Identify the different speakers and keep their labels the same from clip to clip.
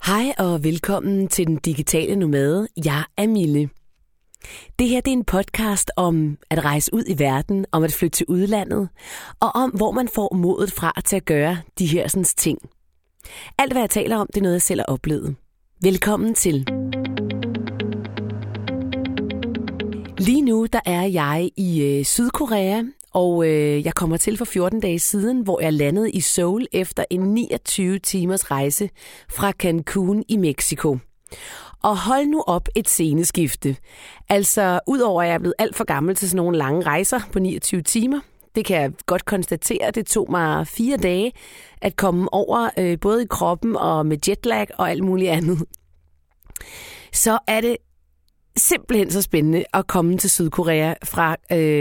Speaker 1: Hej og velkommen til Den Digitale Nomade. Jeg er Mille. Det her det er en podcast om at rejse ud i verden, om at flytte til udlandet, og om hvor man får modet fra til at gøre de her sådan ting. Alt hvad jeg taler om, det er noget jeg selv har oplevet. Velkommen til. Lige nu der er jeg i Sydkorea, og jeg kommer til for 14 dage siden, hvor jeg landede i Seoul efter en 29 timers rejse fra Cancún i Mexico. Og hold nu op et sceneskifte. Altså, udover at jeg er blevet alt for gammel til sådan nogle lange rejser på 29 timer, det kan jeg godt konstatere, det tog mig 4 dage at komme over, både i kroppen og med jetlag og alt muligt andet. Så er det simpelthen så spændende at komme til Sydkorea fra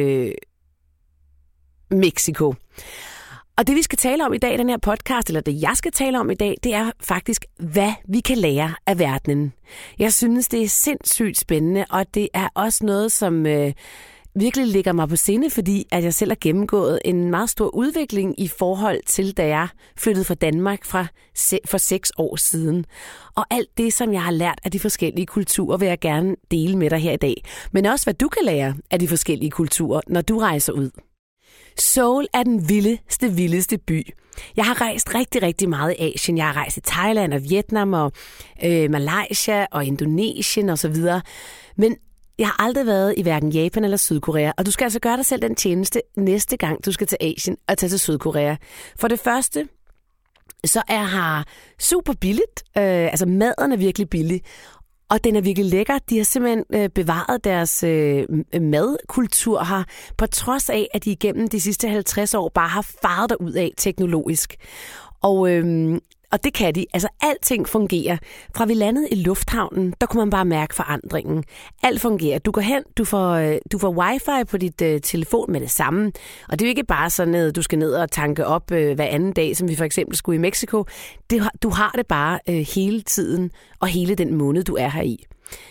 Speaker 1: Mexico. Og det vi skal tale om i dag i den her podcast, eller det jeg skal tale om i dag, det er faktisk, hvad vi kan lære af verdenen. Jeg synes, det er sindssygt spændende, og det er også noget, som virkelig ligger mig på sinde, fordi at jeg selv har gennemgået en meget stor udvikling i forhold til, da jeg flyttede fra Danmark for 6 år siden. Og alt det, som jeg har lært af de forskellige kulturer, vil jeg gerne dele med dig her i dag. Men også, hvad du kan lære af de forskellige kulturer, når du rejser ud. Seoul er den vildeste by. Jeg har rejst rigtig, rigtig meget i Asien. Jeg har rejst i Thailand og Vietnam og Malaysia og Indonesien osv. Men jeg har aldrig været i hverken Japan eller Sydkorea. Og du skal altså gøre dig selv den tjeneste næste gang, du skal til Asien og tage til Sydkorea. For det første, så er her super billigt. Altså maden er virkelig billig. Og den er virkelig lækker. De har simpelthen bevaret deres madkultur her, på trods af, at de igennem de sidste 50 år bare har faret derud af teknologisk. Og det kan de. Altså, alting fungerer. Fra vi landede i lufthavnen, der kunne man bare mærke forandringen. Alt fungerer. Du går hen, du får wifi på dit telefon med det samme. Og det er jo ikke bare sådan, at du skal ned og tanke op hver anden dag, som vi for eksempel skulle i Mexico. Du har det bare hele tiden, og hele den måned, du er her i.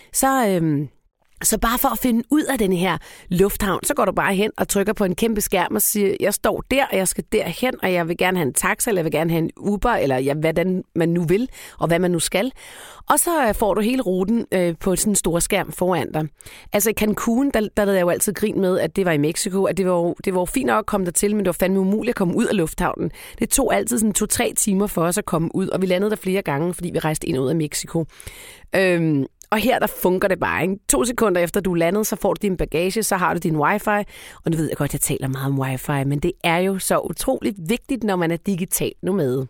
Speaker 1: Så bare for at finde ud af den her lufthavn, så går du bare hen og trykker på en kæmpe skærm og siger, jeg står der, og jeg skal derhen, og jeg vil gerne have en taxa, eller jeg vil gerne have en Uber, eller hvad man nu vil, og hvad man nu skal. Og så får du hele ruten på sådan en stor skærm foran dig. Altså i Cancún, der lavede jeg jo altid grin med, at det var i Mexico, at det var fint nok at komme dertil, men det var fandme umuligt at komme ud af lufthavnen. Det tog altid sådan 2-3 timer for os at komme ud, og vi landede der flere gange, fordi vi rejste ind og ud af Mexico. Og her der fungerer det bare, ikke? 2 sekunder efter du er landet, så får du din bagage, så har du din wifi. Og nu ved jeg godt, jeg taler meget om wifi, men det er jo så utroligt vigtigt, når man er digital nomade.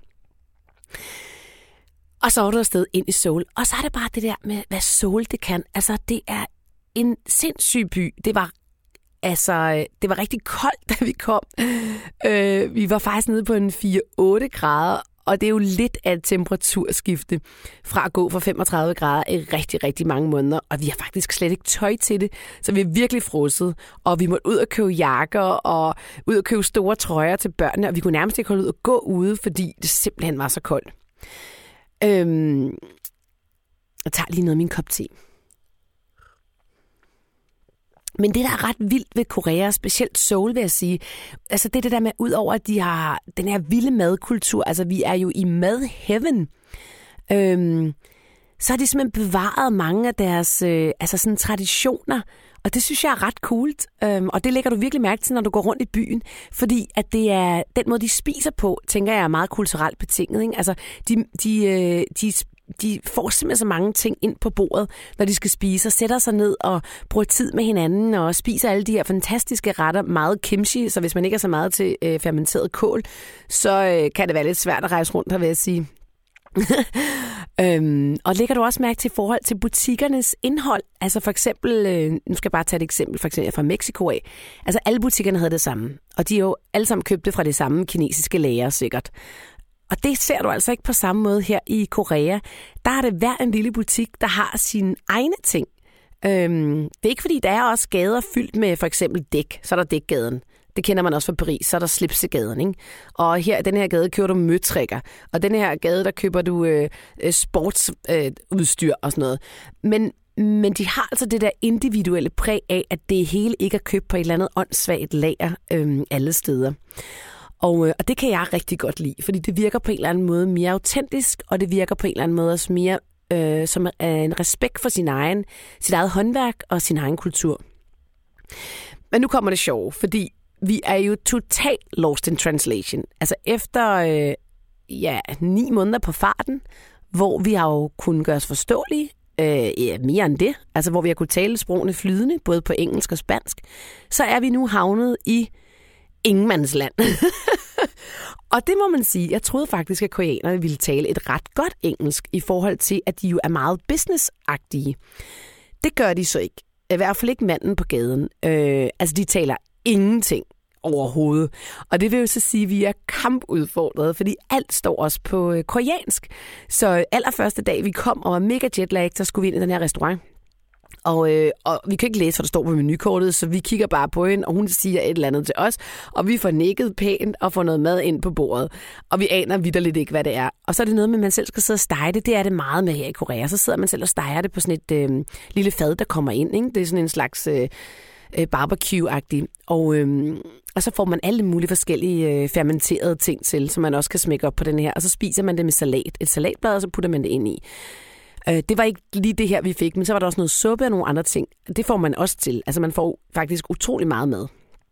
Speaker 1: Og så er du afsted ind i Seoul. Og så er det bare det der med, hvad Seoul det kan. Altså, det er en sindssyg by. Det var rigtig koldt, da vi kom. Vi var faktisk nede på en 4-8 grader. Og det er jo lidt af et temperaturskifte fra at gå fra 35 grader i rigtig, rigtig mange måneder. Og vi har faktisk slet ikke tøj til det, så vi er virkelig frosset. Og vi måtte ud og købe jakker og ud og købe store trøjer til børnene. Og vi kunne nærmest ikke holde ud og gå ude, fordi det simpelthen var så koldt. Jeg tager lige noget af min kop te. Men det, der er ret vildt ved Korea, specielt Seoul, vil jeg sige, altså det er det der med, udover at de har den her vilde madkultur, altså vi er jo i madheaven, så har de simpelthen bevaret mange af deres sådan traditioner, og det synes jeg er ret coolt, og det lægger du virkelig mærke til, når du går rundt i byen, fordi at det er den måde, de spiser på, tænker jeg er meget kulturelt betinget, ikke? Altså de får simpelthen så mange ting ind på bordet, når de skal spise, og sætter sig ned og bruger tid med hinanden, og spiser alle de her fantastiske retter, meget kimchi, så hvis man ikke er så meget til fermenteret kål, så kan det være lidt svært at rejse rundt her, vil jeg sige. Og lægger du også mærke til forhold til butikkernes indhold? Altså for eksempel, nu skal jeg bare tage et eksempel, for eksempel fra Mexico af. Altså alle butikkerne havde det samme, og de er jo alle sammen købte fra det samme kinesiske lager sikkert. Og det ser du altså ikke på samme måde her i Korea. Der er det hver en lille butik, der har sine egne ting. Det er ikke fordi, der er også gader fyldt med for eksempel dæk. Så er der dækgaden. Det kender man også fra Paris. Så er der slipsegaden, ikke? Og her i den her gade køber du møtrikker. Og den her gade, der køber du sportsudstyr og sådan noget. Men de har altså det der individuelle præg af, at det hele ikke er købt på et eller andet åndssvagt lager alle steder. Og det kan jeg rigtig godt lide, fordi det virker på en eller anden måde mere autentisk, og det virker på en eller anden måde også mere som en respekt for sit eget håndværk og sin egen kultur. Men nu kommer det sjove, fordi vi er jo totalt lost in translation. Altså efter 9 måneder på farten, hvor vi har jo kunnet gøre os forståelige, mere end det, altså hvor vi har kunnet tale sprogene flydende, både på engelsk og spansk, så er vi nu havnet i ingenmandsland. Og det må man sige, jeg troede faktisk, at koreanerne ville tale et ret godt engelsk, i forhold til, at de jo er meget businessagtige. Det gør de så ikke. I hvert fald ikke manden på gaden. Altså, de taler ingenting overhovedet. Og det vil jo så sige, at vi er kampudfordrede, fordi alt står også på koreansk. Så allerførste dag, vi kom og var mega jetlag, så skulle vi ind i den her restaurant. Og vi kan ikke læse, hvad der står på menukortet, så vi kigger bare på hende, og hun siger et eller andet til os, og vi får nikket pænt og får noget mad ind på bordet. Og vi aner vitterligt ikke, hvad det er. Og så er det noget med, at man selv skal sidde og stege det. Det er det meget med her i Korea. Så sidder man selv og steger det på sådan et lille fad, der kommer ind. Ikke? Det er sådan en slags barbecue-agtig. Og så får man alle mulige forskellige fermenterede ting til, som man også kan smække op på den her. Og så spiser man det med salat. Et salatblad, og så putter man det ind i. Det var ikke lige det her, vi fik, men så var der også noget suppe og nogle andre ting. Det får man også til. Altså man får faktisk utrolig meget mad.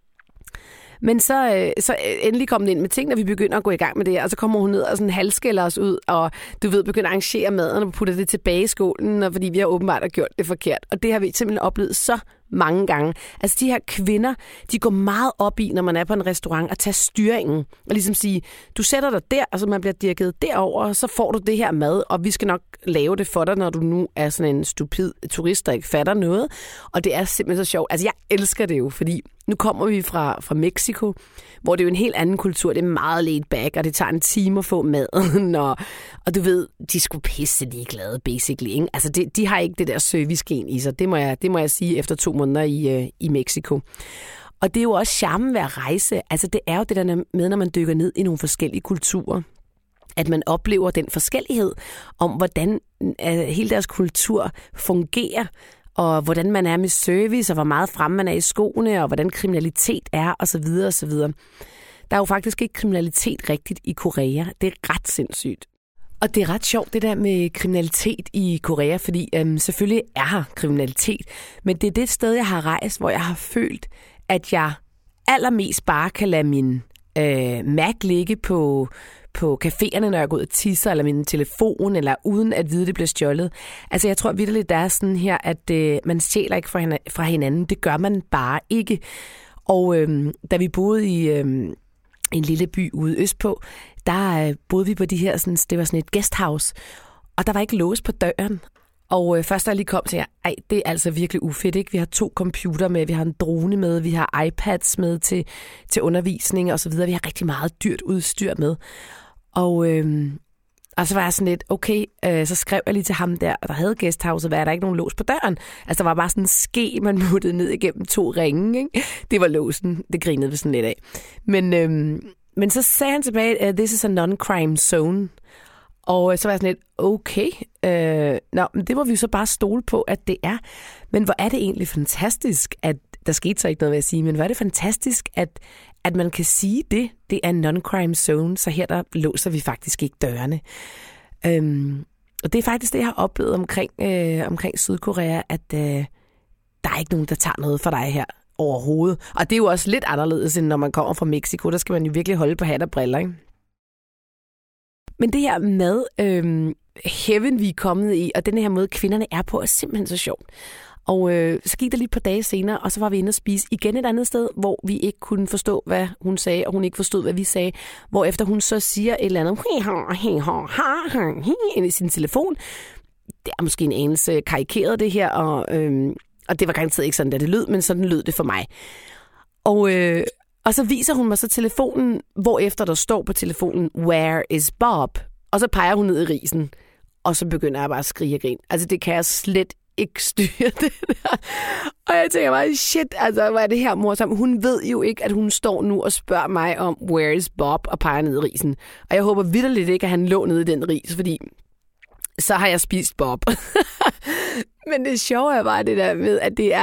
Speaker 1: Men så endelig kom den ind med ting, når vi begynder at gå i gang med det her, og så kommer hun ned og sådan halvskælder os ud, og du ved, begynder at arrangere maden og putter det tilbage i skålen, og fordi vi har åbenbart gjort det forkert. Og det har vi simpelthen oplevet så mange gange. Altså de her kvinder, de går meget op i, når man er på en restaurant, at tage styringen og ligesom sige, du sætter dig der, og så man bliver dirigeret derover, og så får du det her mad, og vi skal nok lave det for dig, når du nu er sådan en stupid turist, der ikke fatter noget. Og det er simpelthen så sjovt. Altså jeg elsker det jo, fordi nu kommer vi fra Mexico, hvor det er jo en helt anden kultur. Det er meget laid back, og det tager en time at få maden. Og du ved, de skulle pisse ligeglade, basically. Ikke? Altså, de har ikke det der servicegen i sig. Det må jeg sige efter 2 måneder i Mexico. Og det er jo også charmen ved at rejse. Altså, det er jo det der med, når man dykker ned i nogle forskellige kulturer. At man oplever den forskellighed om, hvordan hele deres kultur fungerer, og hvordan man er med service, og hvor meget fremme man er i skoene, og hvordan kriminalitet er, osv. osv. Der er jo faktisk ikke kriminalitet rigtigt i Korea. Det er ret sindssygt. Og det er ret sjovt, det der med kriminalitet i Korea, fordi selvfølgelig er her kriminalitet, men det er det sted, jeg har rejst, hvor jeg har følt, at jeg allermest bare kan lade min Mac ligge på caféerne, når jeg går ud og tisser, eller min telefon, eller uden at vide, det bliver stjålet. Altså, jeg tror vitterligt, der er sådan her, at man stjæler ikke fra hinanden. Det gør man bare ikke. Og da vi boede i en lille by ude østpå, der boede vi på de her, sådan, det var sådan et guesthouse, og der var ikke lås på døren. Og først da jeg lige kom til jer, det er altså virkelig ufedt, ikke? Vi har 2 computer med, vi har en drone med, vi har iPads med til undervisning og så videre. Vi har rigtig meget dyrt udstyr med. Og så var jeg sådan lidt, okay, så skrev jeg lige til ham der havde guesthouse, hvad er der ikke nogen lås på døren? Altså, der var bare sådan en ske, man muttede ned igennem 2 ringe, ikke? Det var låsen, det grinede vi sådan lidt af. Men så sagde han tilbage, this is a non-crime zone. Og så var jeg sådan lidt, okay, men det må vi jo så bare stole på, at det er. Men hvor er det egentlig fantastisk, at der skete så ikke noget ved at sige, men hvor er det fantastisk, at man kan sige det. Det er en non-crime zone, så her der låser vi faktisk ikke dørene. Og det er faktisk det, jeg har oplevet omkring Sydkorea, at der er ikke nogen, der tager noget for dig her overhovedet. Og det er jo også lidt anderledes, end når man kommer fra Mexico. Der skal man jo virkelig holde på hat og briller, ikke? Men det her med heaven, vi er kommet i, og den her måde, kvinderne er på, er simpelthen så sjovt. Og så gik der lige et par dage senere, og så var vi inde og spise igen et andet sted, hvor vi ikke kunne forstå, hvad hun sagde, og hun ikke forstod, hvad vi sagde. Hvorefter hun så siger et eller andet ind i sin telefon. Det er måske en anelse karikeret det her, og det var garanteret ikke sådan, det lød, men sådan lød det for mig. Og så viser hun mig så telefonen, hvorefter der står på telefonen, where is Bob? Og så peger hun ned i risen, og så begynder jeg bare at skrige og grine. Altså det kan jeg slet ikke styre det der. Og jeg tænker bare, shit, altså hvad er det her morsomt? Hun ved jo ikke, at hun står nu og spørger mig om, where is Bob? Og peger ned i risen. Og jeg håber vitterligt ikke, at han lå nede i den ris, fordi så har jeg spist Bob. Men det sjove er bare det der med, at det er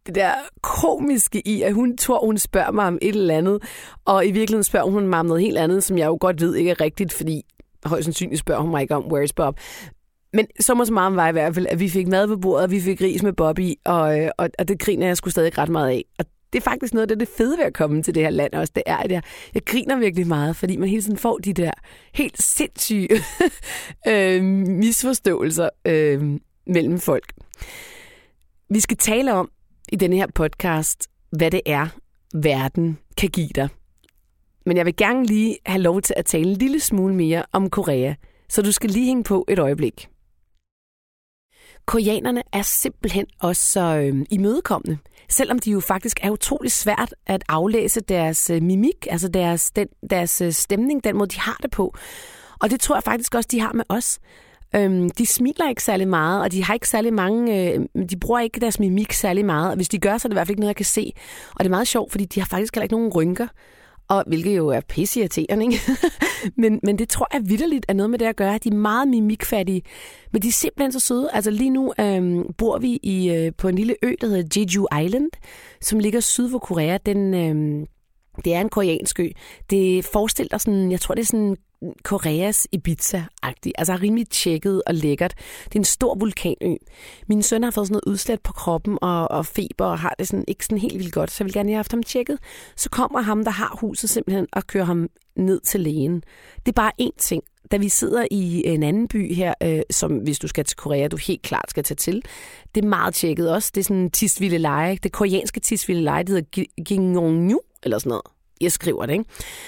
Speaker 1: det der komiske i, at hun spørger mig om et eller andet, og i virkeligheden spørger hun mig om noget helt andet, som jeg jo godt ved ikke er rigtigt, fordi højst sandsynligt spørger hun mig ikke om, where's Bob? Men så meget var i hvert fald, at vi fik mad på bordet, og vi fik ris med Bob i, og det griner jeg sgu stadig ret meget af. Og det er faktisk noget af det fede ved at komme til det her land også. Det er, at jeg griner virkelig meget, fordi man hele tiden får de der helt sindssyge misforståelser mellem folk. Vi skal tale om i denne her podcast, hvad det er, verden kan give dig. Men jeg vil gerne lige have lov til at tale en lille smule mere om Korea, så du skal lige hænge på et øjeblik. Koreanerne er simpelthen også så imødekommende, selvom de jo faktisk er utrolig svært at aflæse deres mimik, altså deres stemning, den måde de har det på. Og det tror jeg faktisk også, de har med os. De smiler ikke særlig meget, og de har ikke særlig mange, de bruger ikke deres mimik særlig meget, og hvis de gør, så er det i hvert fald ikke noget, jeg kan se. Og det er meget sjovt, fordi de har faktisk heller ikke nogen rynker, og hvilket jo er pisseirriterende, ikke? men det tror jeg vitterligt er noget med det at gøre. De er meget mimikfattige, men de er simpelthen så søde. Altså lige nu bor vi på en lille ø, der hedder Jeju Island, som ligger syd for Korea. Det er en koreansk ø. Det forestiller sådan, jeg tror det er sådan Koreas Ibiza-agtigt. Altså rimelig tjekket og lækkert. Det er en stor vulkanø. Min søn har fået sådan noget udslæt på kroppen og feber og har det sådan, ikke sådan helt vildt godt, så jeg vil gerne have haft ham tjekket. Så kommer ham, der har huset simpelthen og kører ham ned til lægen. Det er bare én ting. Da vi sidder i en anden by her, som hvis du skal til Korea, du helt klart skal tage til. Det er meget tjekket også. Det er sådan Tisvildeleje. Det koreanske Tisvildeleje, det hedder Gingongju eller sådan noget. Jeg skriver det, ikke?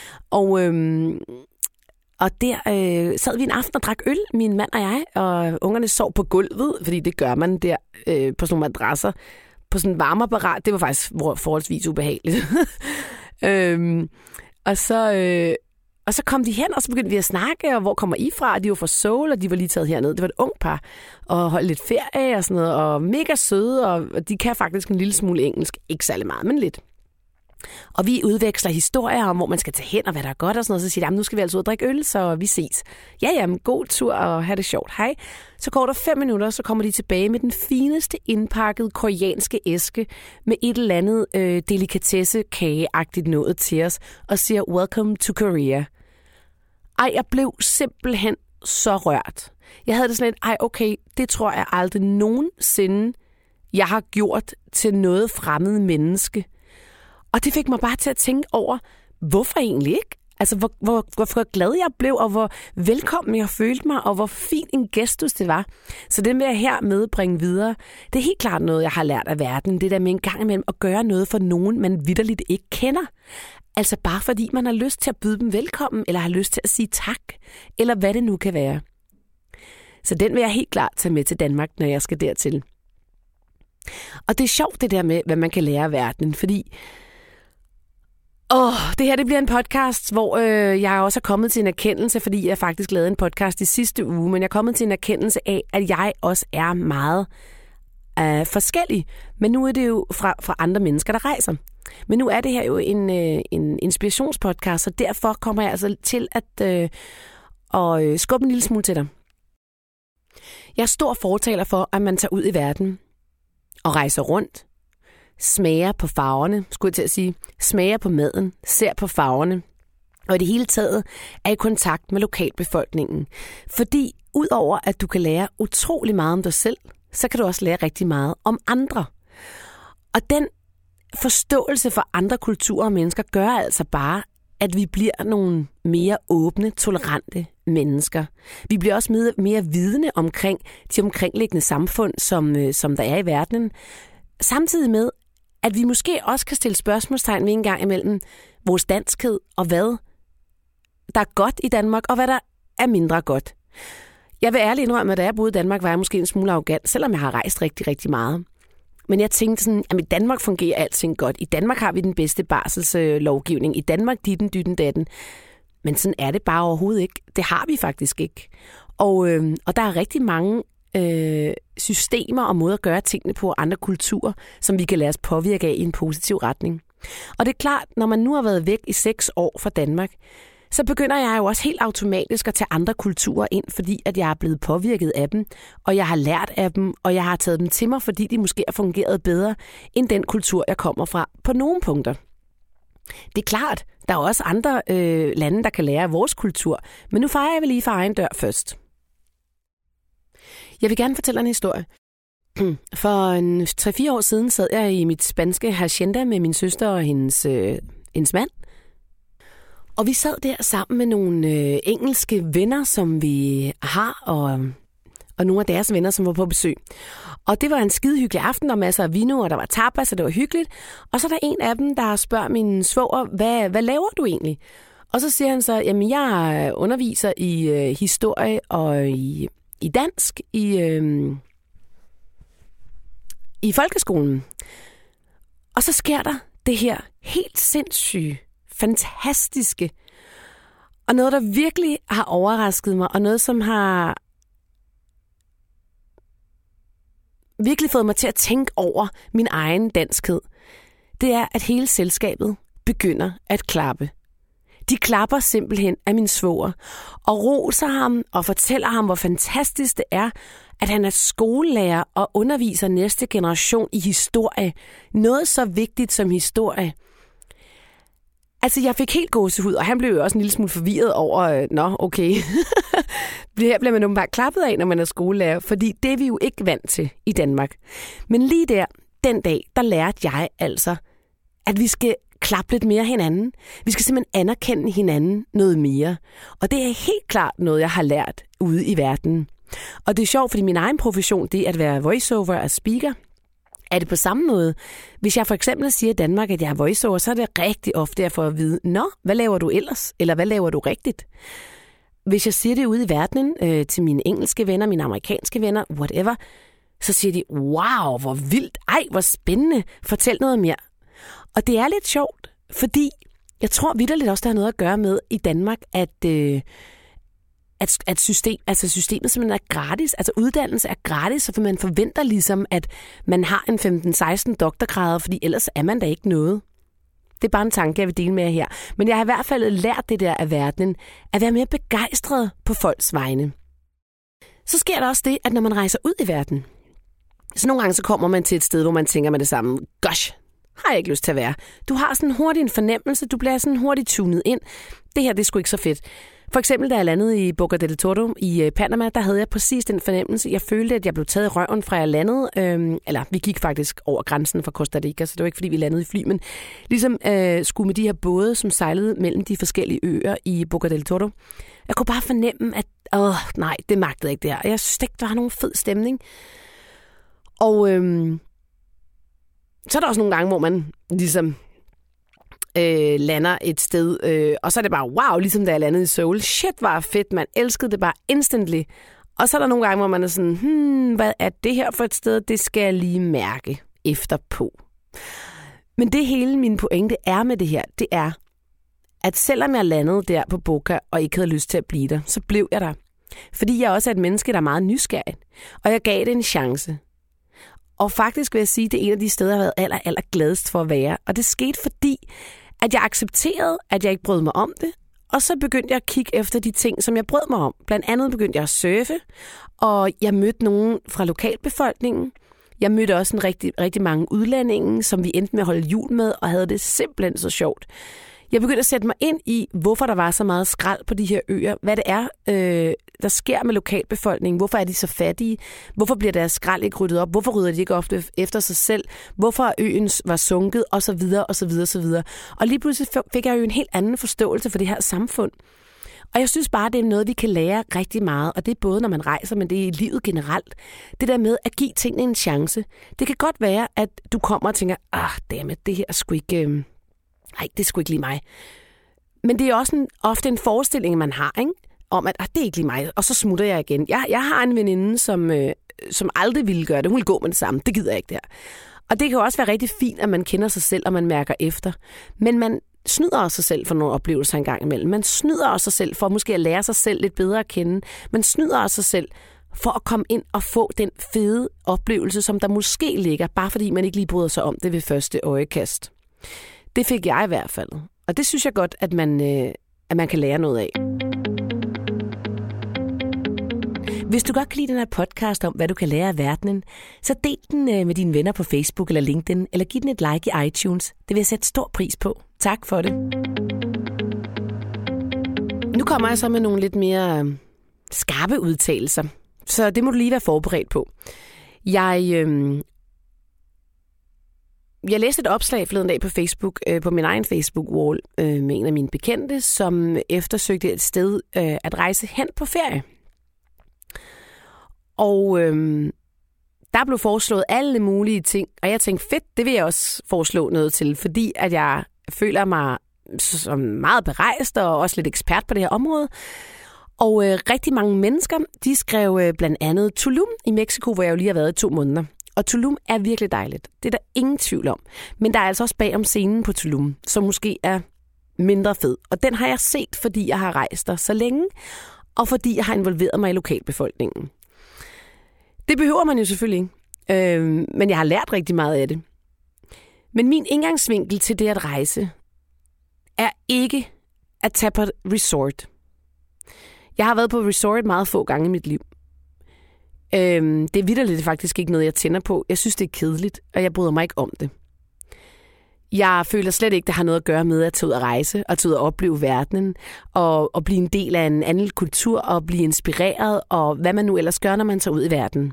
Speaker 1: Og der sad vi en aften og drak øl, min mand og jeg, og ungerne sov på gulvet, fordi det gør man der på sådan nogle madrasser, på sådan en varmeapparat. Det var faktisk forholdsvis ubehageligt. Og så kom de hen, og så begyndte vi at snakke, og hvor kommer I fra? De var fra Seoul, og de var lige taget herned. Det var et ung par, og holdt lidt ferie og sådan noget, og mega søde, og de kan faktisk en lille smule engelsk. Ikke særlig meget, men lidt. Og vi udveksler historier om, hvor man skal tage hen, og hvad der er godt og sådan noget. Så siger de, nu skal vi altså ud og drikke øl, så vi ses. Ja, god tur, og have det sjovt. Hej. Så går der 5 minutter, så kommer de tilbage med den fineste indpakkede koreanske æske med et eller andet delikatesse-kageagtigt noget til os, og siger, welcome to Korea. Ej, jeg blev simpelthen så rørt. Jeg havde det sådan lidt, okay, det tror jeg aldrig nogensinde, jeg har gjort til noget fremmed menneske. Og det fik mig bare til at tænke over, hvorfor egentlig ikke? Altså, hvor glad jeg blev, og hvor velkommen jeg følte mig, og hvor fin en gestus det var. Så det vil jeg her medbringe videre. Det er helt klart noget, jeg har lært af verden. Det der med en gang imellem at gøre noget for nogen, man vitterligt ikke kender. Altså bare fordi man har lyst til at byde dem velkommen, eller har lyst til at sige tak, eller hvad det nu kan være. Så den vil jeg helt klart tage med til Danmark, når jeg skal dertil. Og det er sjovt det der med, hvad man kan lære af verden, fordi det her det bliver en podcast, hvor jeg også er kommet til en erkendelse, fordi jeg faktisk lavede en podcast i sidste uge, men jeg er kommet til en erkendelse af, at jeg også er meget forskellig. Men nu er det jo fra andre mennesker, der rejser. Men nu er det her jo en inspirationspodcast, så derfor kommer jeg altså til at skubbe en lille smule til dig. Jeg er stor fortaler for, at man tager ud i verden og rejser rundt, smager på farverne, skulle jeg til at sige, smager på maden, ser på farverne, og i det hele taget er i kontakt med lokalbefolkningen. Fordi udover at du kan lære utrolig meget om dig selv, så kan du også lære rigtig meget om andre. Og den forståelse for andre kulturer og mennesker gør altså bare, at vi bliver nogle mere åbne, tolerante mennesker. Vi bliver også mere vidne omkring de omkringliggende samfund, som der er i verdenen. Samtidig med, at vi måske også kan stille spørgsmålstegn ved en gang imellem vores danskhed, og hvad der er godt i Danmark, og hvad der er mindre godt. Jeg vil ærligt indrømme, at da jeg boede i Danmark, var jeg måske en smule arrogant, selvom jeg har rejst rigtig, rigtig meget. Men jeg tænkte sådan, at i Danmark fungerer alting godt. I Danmark har vi den bedste barselslovgivning. I Danmark dytten datten. Men sådan er det bare overhovedet ikke. Det har vi faktisk ikke. Og der er rigtig mange systemer og måder at gøre tingene på andre kulturer, som vi kan lade os påvirke af i en positiv retning. Og det er klart, når man nu har været væk i 6 år fra Danmark, så begynder jeg jo også helt automatisk at tage andre kulturer ind, fordi at jeg er blevet påvirket af dem, og jeg har lært af dem, og jeg har taget dem til mig, fordi de måske har fungeret bedre end den kultur, jeg kommer fra på nogle punkter. Det er klart, der er også andre lande, der kan lære af vores kultur, men nu fejrer jeg vel lige for egen dør først. Jeg vil gerne fortælle en historie. For 3-4 år siden sad jeg i mit spanske hacienda med min søster og hendes mand. Og vi sad der sammen med nogle engelske venner, som vi har, og nogle af deres venner, som var på besøg. Og det var en skide hyggelig aften, og masser af vino, og der var tapas, og det var hyggeligt. Og så er der en af dem, der spørger min svoger, hvad laver du egentlig? Og så siger han så, jamen jeg underviser i historie og i dansk i folkeskolen. Og så sker der det her helt sindssyge, fantastiske, og noget, der virkelig har overrasket mig, og noget, som har virkelig fået mig til at tænke over min egen danskhed. Det er, at hele selskabet begynder at klappe. De klapper simpelthen af min svoger og roser ham og fortæller ham, hvor fantastisk det er, at han er skolelærer og underviser næste generation i historie. Noget så vigtigt som historie. Altså, jeg fik helt gåsehud, og han blev jo også en lille smule forvirret over, okay. Her bliver man jo bare klappet af, når man er skolelærer, fordi det er vi jo ikke vant til i Danmark. Men lige der, den dag, der lærte jeg altså, at vi skal klappe lidt mere hinanden. Vi skal simpelthen anerkende hinanden noget mere. Og det er helt klart noget, jeg har lært ude i verden. Og det er sjovt, fordi min egen profession, det er at være voiceover og speaker. Er det på samme måde? Hvis jeg for eksempel siger i Danmark, at jeg er voiceover, så er det rigtig ofte, jeg får at vide, hvad laver du ellers? Eller hvad laver du rigtigt? Hvis jeg siger det ude i verdenen, til mine engelske venner, mine amerikanske venner, whatever, så siger de, wow, hvor vildt, hvor spændende, fortæl noget mere. Og det er lidt sjovt, fordi jeg tror vitterligt også, der har noget at gøre med i Danmark, at systemet simpelthen er gratis. Altså uddannelse er gratis, så man forventer ligesom, at man har en 15-16 doktorgrader, fordi ellers er man da ikke noget. Det er bare en tanke, jeg vil dele med jer her. Men jeg har i hvert fald lært det der af verdenen, at være mere begejstret på folks vegne. Så sker der også det, at når man rejser ud i verden, så nogle gange så kommer man til et sted, hvor man tænker med det samme, gosh, har jeg ikke lyst til at være. Du har sådan hurtigt en fornemmelse, du bliver sådan hurtigt tunet ind. Det her, det er sgu ikke så fedt. For eksempel, da jeg landede i Boca del Toro i Panama, der havde jeg præcis den fornemmelse. Jeg følte, at jeg blev taget i røven fra jeg landede. Eller vi gik faktisk over grænsen fra Costa Rica, så det var ikke, fordi vi landede i fly. Men ligesom skulle med de her både, som sejlede mellem de forskellige øer i Boca del Toro. Jeg kunne bare fornemme, at nej, det magtede ikke det her. Jeg synes ikke, der var nogen fed stemning. Og så er der også nogle gange, hvor man ligesom lander et sted, og så er det bare, wow, ligesom da jeg landede i Seoul. Shit, var fedt, man elskede det bare instantly. Og så er der nogle gange, hvor man er sådan, hvad er det her for et sted? Det skal jeg lige mærke efter på. Men det hele min pointe er med det her, det er, at selvom jeg landede der på Boca, og ikke havde lyst til at blive der, så blev jeg der. Fordi jeg også er et menneske, der er meget nysgerrig. Og jeg gav det en chance. Og faktisk vil jeg sige, at det er en af de steder, jeg har været aller gladest for at være. Og det skete fordi, at jeg accepterede, at jeg ikke brød mig om det. Og så begyndte jeg at kigge efter de ting, som jeg brød mig om. Blandt andet begyndte jeg at surfe, og jeg mødte nogen fra lokalbefolkningen. Jeg mødte også rigtig mange udlændinge, som vi endte med at holde jul med, og havde det simpelthen så sjovt. Jeg begyndte at sætte mig ind i, hvorfor der var så meget skrald på de her øer. Hvad det er, der sker med lokalbefolkningen. Hvorfor er de så fattige? Hvorfor bliver deres skrald ikke ryddet op? Hvorfor rydder de ikke ofte efter sig selv? Hvorfor øen var sunket? Og så videre, og så videre, og så videre. Og lige pludselig fik jeg jo en helt anden forståelse for det her samfund. Og jeg synes bare, det er noget, vi kan lære rigtig meget. Og det er både, når man rejser, men det er i livet generelt. Det der med at give tingene en chance. Det kan godt være, at du kommer og tænker, dammit, det her er sgu ikke... Nej, det er sgu ikke lige mig. Men det er også ofte en forestilling, man har, ikke? Om, at det er ikke lige mig, og så smutter jeg igen. Jeg har en veninde, som aldrig ville gøre det. Hun vil gå med det samme. Det gider jeg ikke der. Og det kan jo også være rigtig fint, at man kender sig selv, og man mærker efter. Men man snyder også sig selv for nogle oplevelser en gang imellem. Man snyder også sig selv for måske at lære sig selv lidt bedre at kende. Man snyder også sig selv for at komme ind og få den fede oplevelse, som der måske ligger, bare fordi man ikke lige bryder sig om det ved første øjekast. Det fik jeg i hvert fald. Og det synes jeg godt, at man at man kan lære noget af. Hvis du godt kan lide den her podcast om, hvad du kan lære af verdenen, så del den med dine venner på Facebook eller LinkedIn, eller giv den et like i iTunes. Det vil jeg sætte stor pris på. Tak for det. Nu kommer jeg så med nogle lidt mere skarpe udtalelser, så det må du lige være forberedt på. Jeg læste et opslag forleden dag på Facebook, på min egen Facebook-wall, med en af mine bekendte, som eftersøgte et sted at rejse hen på ferie. Og der blev foreslået alle mulige ting, og jeg tænkte, fedt, det vil jeg også foreslå noget til, fordi at jeg føler mig som meget berejst og også lidt ekspert på det her område. Og rigtig mange mennesker, de skrev blandt andet Tulum i Mexico, hvor jeg jo lige har været i 2 måneder. Og Tulum er virkelig dejligt. Det er der ingen tvivl om. Men der er altså også bagom scenen på Tulum, som måske er mindre fed. Og den har jeg set, fordi jeg har rejst der så længe, og fordi jeg har involveret mig i lokalbefolkningen. Det behøver man jo selvfølgelig ikke, men jeg har lært rigtig meget af det. Men min indgangsvinkel til det at rejse er ikke at tage på et resort. Jeg har været på resort meget få gange i mit liv. Det er vitterligt faktisk ikke noget, jeg tænder på. Jeg synes, det er kedeligt, og jeg bryder mig ikke om det. Jeg føler slet ikke, det har noget at gøre med at tage ud og rejse, og tage ud og opleve verdenen, og blive en del af en anden kultur, og blive inspireret, og hvad man nu ellers gør, når man tager ud i verden.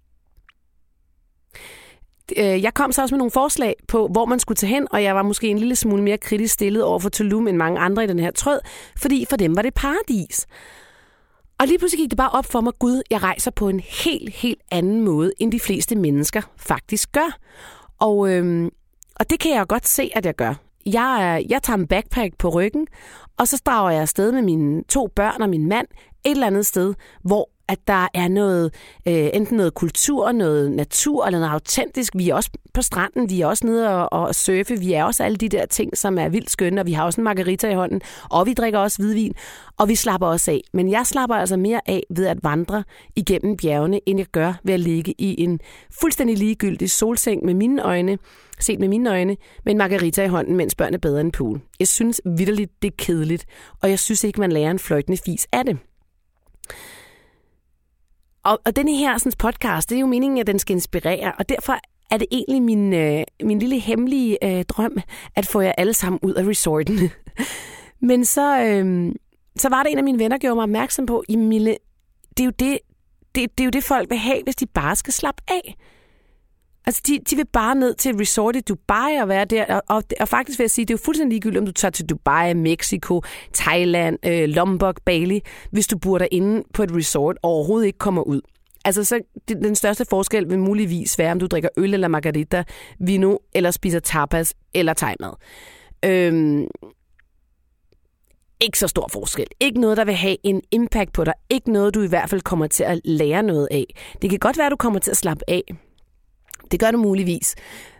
Speaker 1: Jeg kom så også med nogle forslag på, hvor man skulle tage hen, og jeg var måske en lille smule mere kritisk stillet over for Tulum end mange andre i den her tråd, fordi for dem var det paradis. Og lige pludselig gik det bare op for mig, Gud, jeg rejser på en helt anden måde, end de fleste mennesker faktisk gør. Og det kan jeg godt se, at jeg gør. Jeg tager en backpack på ryggen, og så drager jeg afsted med mine 2 børn og min mand et eller andet sted, hvor at der er noget, enten noget kultur, noget natur eller noget autentisk. Vi er også på stranden, vi er også nede og surfe, vi er også alle de der ting, som er vildt skønne, og vi har også en margarita i hånden, og vi drikker også hvidvin, og vi slapper også af. Men jeg slapper altså mere af ved at vandre igennem bjergene, end jeg gør ved at ligge i en fuldstændig ligegyldig solseng med mine øjne, set med mine øjne, med en margarita i hånden, mens børn er bedre end pool. Jeg synes vitterligt, det er kedeligt, og jeg synes ikke, man lærer en fløjtende fis af det. Og denne her sådan, podcast, det er jo meningen, at den skal inspirere, og derfor er det egentlig min lille hemmelige drøm, at få jer alle sammen ud af resorten. Men så var det en af mine venner, der gjorde mig opmærksom på, Mille, det er jo det folk vil have, hvis de bare skal slappe af. Altså, de vil bare ned til et resort i Dubai og være der, og faktisk vil jeg sige, det er jo fuldstændig ligegyldigt, om du tager til Dubai, Mexico, Thailand, Lombok, Bali, hvis du bor derinde på et resort og overhovedet ikke kommer ud. Altså, så den største forskel vil muligvis være, om du drikker øl eller margarita, vino, eller spiser tapas eller thai-mad. Ikke så stor forskel. Ikke noget, der vil have en impact på dig. Ikke noget, du i hvert fald kommer til at lære noget af. Det kan godt være, at du kommer til at slappe af. Det gør du muligvis.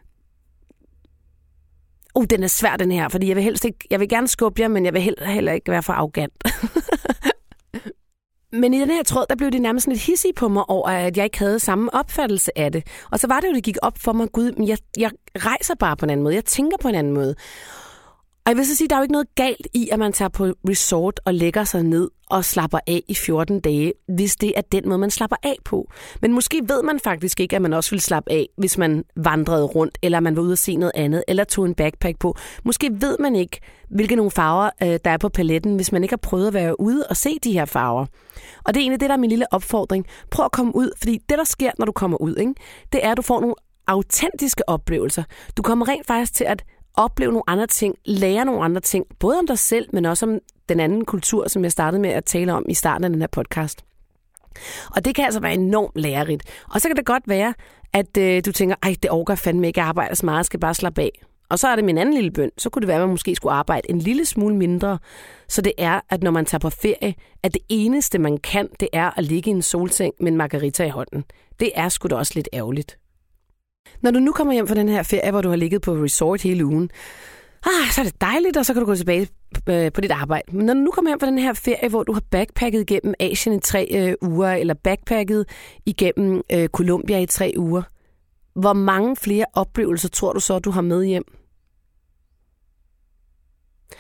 Speaker 1: Den er svær, den her, fordi jeg vil gerne skubbe jer, men jeg vil heller ikke være for arrogant. Men i den her tråd, der blev det nærmest lidt hissig på mig over, at jeg ikke havde samme opfattelse af det. Og så var det jo, det gik op for mig, Gud, men jeg rejser bare på en anden måde. Jeg tænker på en anden måde. Og jeg vil så sige, der er jo ikke noget galt i, at man tager på resort og lægger sig ned og slapper af i 14 dage, hvis det er den måde, man slapper af på. Men måske ved man faktisk ikke, at man også vil slappe af, hvis man vandrede rundt, eller man var ude at se noget andet, eller tog en backpack på. Måske ved man ikke, hvilke nogle farver, der er på paletten, hvis man ikke har prøvet at være ude og se de her farver. Og det er egentlig det, der er min lille opfordring. Prøv at komme ud, fordi det, der sker, når du kommer ud, ikke, det er, at du får nogle autentiske oplevelser. Du kommer rent faktisk til at opleve nogle andre ting, lære nogle andre ting, både om dig selv, men også om den anden kultur, som jeg startede med at tale om i starten af den her podcast. Og det kan altså være enormt lærerigt. Og så kan det godt være, at du tænker, det orker fandme ikke, jeg arbejder så meget, jeg skal bare slappe af. Og så er det min anden lille bøn, så kunne det være, at man måske skulle arbejde en lille smule mindre. Så det er, at når man tager på ferie, at det eneste, man kan, det er at ligge i en solseng med en margarita i hånden. Det er sgu da også lidt ærgerligt. Når du nu kommer hjem fra den her ferie, hvor du har ligget på resort hele ugen, så er det dejligt, og så kan du gå tilbage på dit arbejde. Men når du nu kommer hjem fra den her ferie, hvor du har backpacket igennem Asien i 3 uger, eller backpacket igennem Colombia i 3 uger, hvor mange flere oplevelser tror du så, du har med hjem?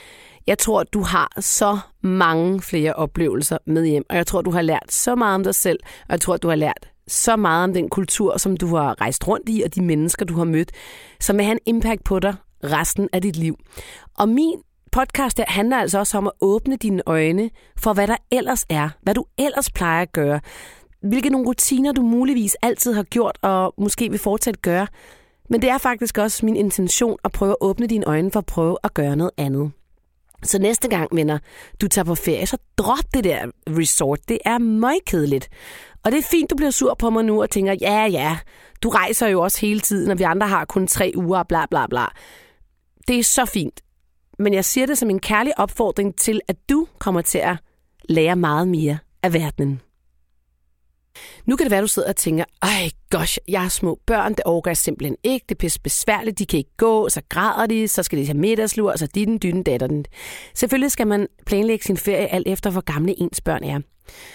Speaker 1: Jeg tror, du har så mange flere oplevelser med hjem, og jeg tror, du har lært så meget om dig selv, og jeg tror, du har lært så meget om den kultur, som du har rejst rundt i, og de mennesker, du har mødt, som vil have en impact på dig resten af dit liv. Og min podcast der handler altså også om at åbne dine øjne for, hvad der ellers er, hvad du ellers plejer at gøre, hvilke nogle rutiner, du muligvis altid har gjort, og måske vil fortsat gøre. Men det er faktisk også min intention at prøve at åbne dine øjne for at prøve at gøre noget andet. Så næste gang, venner, du tager på ferie, så drop det der resort. Det er møgkedeligt. Og det er fint, du bliver sur på mig nu og tænker, ja, du rejser jo også hele tiden, og vi andre har kun 3 uger og bla bla bla. Det er så fint. Men jeg siger det som en kærlig opfordring til, at du kommer til at lære meget mere af verdenen. Nu kan det være, at du sidder og tænker, gosh, jeg har små børn, det overgår jeg simpelthen ikke, det er pisse besværligt, de kan ikke gå, så græder de, så skal de have middagslur, og så ditten, dytten, datteren. Selvfølgelig skal man planlægge sin ferie alt efter, hvor gamle ens børn er.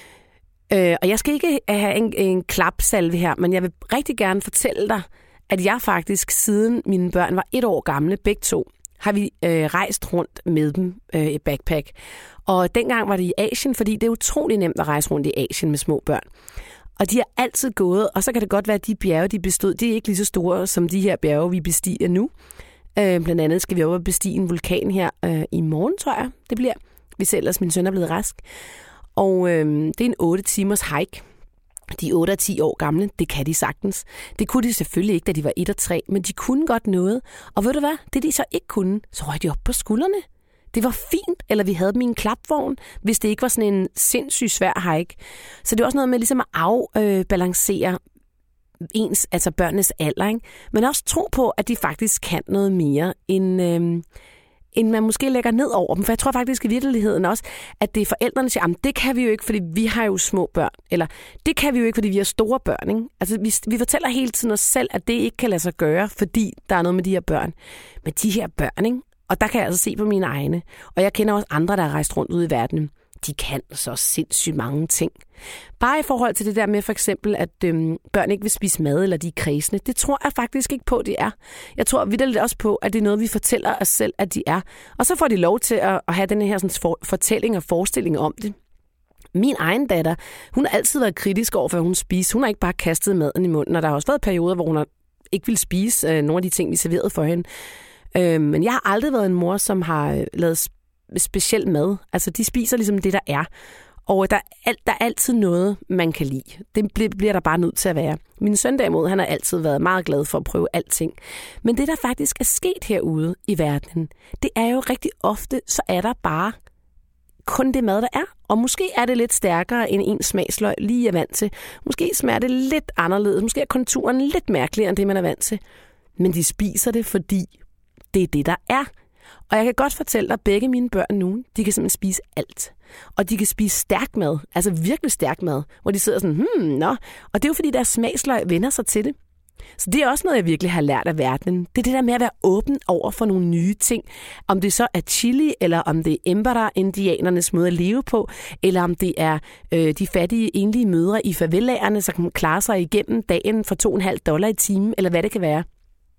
Speaker 1: Og jeg skal ikke have en klapsalve her, men jeg vil rigtig gerne fortælle dig, at jeg faktisk, siden mine børn var 1 år gamle, begge to, har vi rejst rundt med dem i backpack. Og dengang var det i Asien, fordi det er utrolig nemt at rejse rundt i Asien med små børn. Og de har altid gået, og så kan det godt være, at de bjerge, de bestod, de er ikke lige så store som de her bjerge, vi bestiger nu. Blandt andet skal vi op og bestige en vulkan her i morgen, tror jeg, det bliver. Hvis ellers min søn er blevet rask. Og det er en 8 timers hike. De er 8 og 10 år gamle, det kan de sagtens. Det kunne de selvfølgelig ikke, da de var 1 og 3, men de kunne godt noget. Og ved du hvad, det de så ikke kunne, så røg de op på skuldrene. Det var fint, eller vi havde dem i en klapvogn, hvis det ikke var sådan en sindssygt svær hike. Så det er også noget med ligesom at afbalancere altså børnenes alder, ikke? Men også tro på, at de faktisk kan noget mere, end man måske lægger ned over dem. For jeg tror faktisk i virkeligheden også, at det er forældrene, der siger, det kan vi jo ikke, fordi vi har jo små børn. Eller det kan vi jo ikke, fordi vi har store børn. Ikke? Altså, vi fortæller hele tiden os selv, at det ikke kan lade sig gøre, fordi der er noget med de her børn. Men de her børn, ikke? Og der kan jeg altså se på mine egne. Og jeg kender også andre, der har rejst rundt ude i verden. De kan så sindssygt mange ting. Bare i forhold til det der med for eksempel, at børn ikke vil spise mad, eller de er kræsne. Det tror jeg faktisk ikke på, de er. Jeg tror vitterligt også på, at det er noget, vi fortæller os selv, at de er. Og så får de lov til at have den her sådan, fortælling og forestilling om det. Min egen datter, hun har altid været kritisk over, hvad hun spiser. Hun har ikke bare kastet maden i munden, og der har også været perioder, hvor hun ikke ville spise nogle af de ting, vi serverede for hende. Men jeg har aldrig været en mor, som har lavet speciel mad. Altså, de spiser ligesom det, der er. Og der er altid noget, man kan lide. Det bliver der bare nødt til at være. Min søn derimod, han har altid været meget glad for at prøve alting. Men det, der faktisk er sket herude i verdenen, det er jo rigtig ofte, så er der bare kun det mad, der er. Og måske er det lidt stærkere, end en smagsløg lige er vant til. Måske smager det lidt anderledes. Måske er konturen lidt mærkeligere, end det, man er vant til. Men de spiser det, fordi det er det, der er. Og jeg kan godt fortælle dig, at begge mine børn nu, de kan simpelthen spise alt. Og de kan spise stærk mad, altså virkelig stærk mad, hvor de sidder sådan, nå. Og det er jo fordi, deres smagsløg vender sig til det. Så det er også noget, jeg virkelig har lært af verdenen. Det er det der med at være åben over for nogle nye ting. Om det så er chili, eller om det er Embera-indianernes måde at leve på, eller om det er de fattige enlige mødre i favelaerne, som kan klare sig igennem dagen for $2,50 i timen, eller hvad det kan være.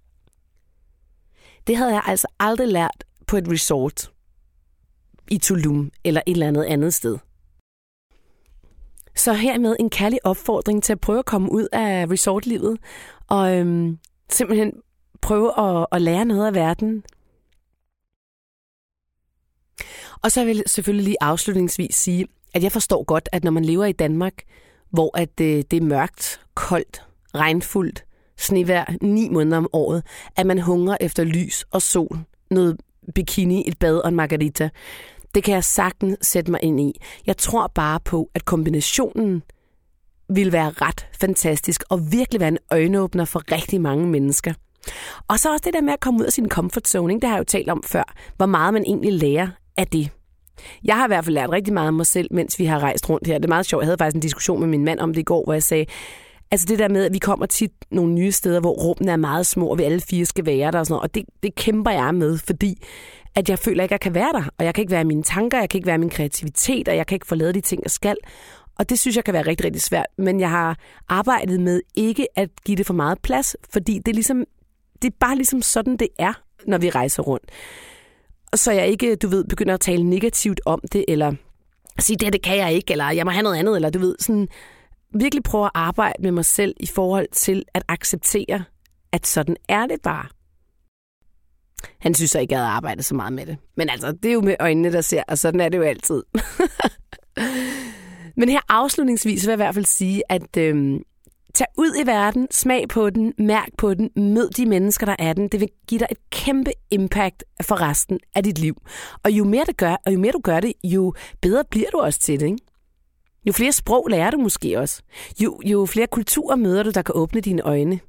Speaker 1: Det havde jeg altså aldrig lært på et resort i Tulum eller et eller andet sted. Så hermed en kærlig opfordring til at prøve at komme ud af resortlivet og simpelthen prøve at lære noget af verden. Og så vil jeg selvfølgelig lige afslutningsvis sige, at jeg forstår godt, at når man lever i Danmark, hvor at det er mørkt, koldt, regnfuldt, snevejr 9 måneder om året, at man hungrer efter lys og sol, noget bikini, et bad og en margarita. Det kan jeg sagtens sætte mig ind i. Jeg tror bare på, at kombinationen vil være ret fantastisk og virkelig være en øjenåbner for rigtig mange mennesker. Og så også det der med at komme ud af sin comfort zone, ikke? Det har jeg jo talt om før, hvor meget man egentlig lærer af det. Jeg har i hvert fald lært rigtig meget om mig selv, mens vi har rejst rundt her. Det er meget sjovt. Jeg havde faktisk en diskussion med min mand om det i går, hvor jeg sagde, altså det der med, at vi kommer tit nogle nye steder, hvor rummene er meget små, og vi alle 4 skal være der og sådan noget. Og det kæmper jeg med, fordi at jeg føler ikke, at jeg kan være der. Og jeg kan ikke være mine tanker, jeg kan ikke være min kreativitet, og jeg kan ikke få lavet de ting, jeg skal. Og det synes jeg kan være rigtig, rigtig svært. Men jeg har arbejdet med ikke at give det for meget plads, fordi det er bare ligesom sådan, det er, når vi rejser rundt. så jeg ikke, begynder at tale negativt om det, eller sige, det kan jeg ikke, eller jeg må have noget andet, eller sådan virkelig prøve at arbejde med mig selv i forhold til at acceptere, at sådan er det bare. Han synes så ikke, jeg havde arbejdet så meget med det. Men altså, det er jo med øjnene, der ser, og sådan er det jo altid. Men her afslutningsvis vil jeg i hvert fald sige, at tag ud i verden, smag på den, mærk på den, mød de mennesker, der er den. Det vil give dig et kæmpe impact for resten af dit liv. Og jo mere du gør det, jo bedre bliver du også til det, ikke? Jo flere sprog lærer du måske også. Jo flere kulturer møder du, der kan åbne dine øjne.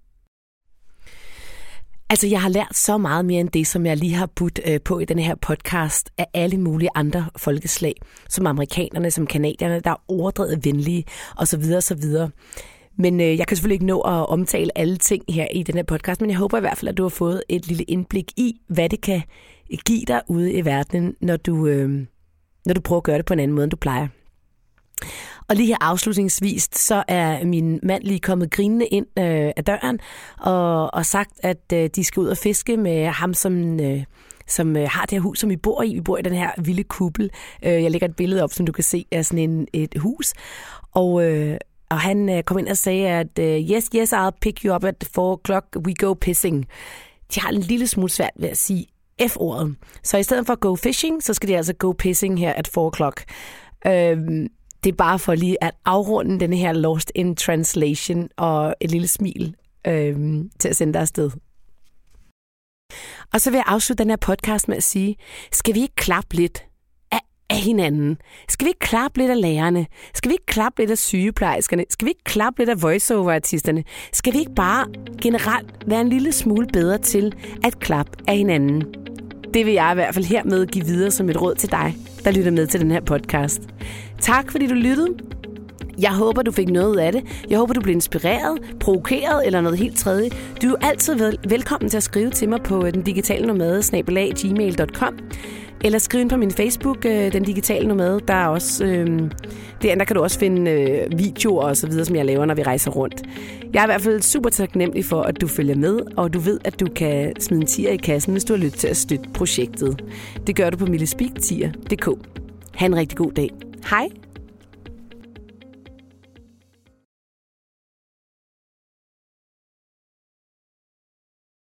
Speaker 1: Altså, jeg har lært så meget mere end det, som jeg lige har budt på i den her podcast af alle mulige andre folkeslag, som amerikanerne, som canadierne, der er overdrevet venlige, osv. osv. Men jeg kan selvfølgelig ikke nå at omtale alle ting her i den her podcast, men jeg håber i hvert fald, at du har fået et lille indblik i, hvad det kan give dig ude i verdenen, når du prøver at gøre det på en anden måde, end du plejer. Og lige her afslutningsvis, så er min mand lige kommet grinende ind ad døren og sagt, at de skal ud og fiske med ham, som har det her hus, som vi bor i. Vi bor i den her vilde kuppel. Jeg lægger et billede op, som du kan se af sådan et hus. Og han kom ind og sagde, at yes, I'll pick you up at 4 o'clock, we go pissing. De har en lille smule svært ved at sige F-ordet. Så i stedet for go fishing, så skal de altså go pissing her at 4 o'clock. Det er bare for lige at afrunde denne her Lost in Translation og et lille smil til at sende dig afsted. Og så vil jeg afslutte den her podcast med at sige, skal vi ikke klappe lidt af hinanden? Skal vi ikke klappe lidt af lærerne? Skal vi ikke klappe lidt af sygeplejerskerne? Skal vi ikke klappe lidt af voiceover-artisterne? Skal vi ikke bare generelt være en lille smule bedre til at klappe af hinanden? Det vil jeg i hvert fald hermed give videre som et råd til dig, der lytter med til den her podcast. Tak fordi du lyttede. Jeg håber, du fik noget af det. Jeg håber, du blev inspireret, provokeret eller noget helt tredje. Du er jo altid velkommen til at skrive til mig på dendigitalenomade@gmail.com eller skriv ind på min Facebook, Den Digitale Nomade. Der er også, der kan du også finde videoer og så videre, som jeg laver, når vi rejser rundt. Jeg er i hvert fald super taknemmelig for, at du følger med, og du ved, at du kan smide en 10'er i kassen, hvis du har lyst til at støtte projektet. Det gør du på millespeaktier.dk. Ha' en rigtig god dag. Hej!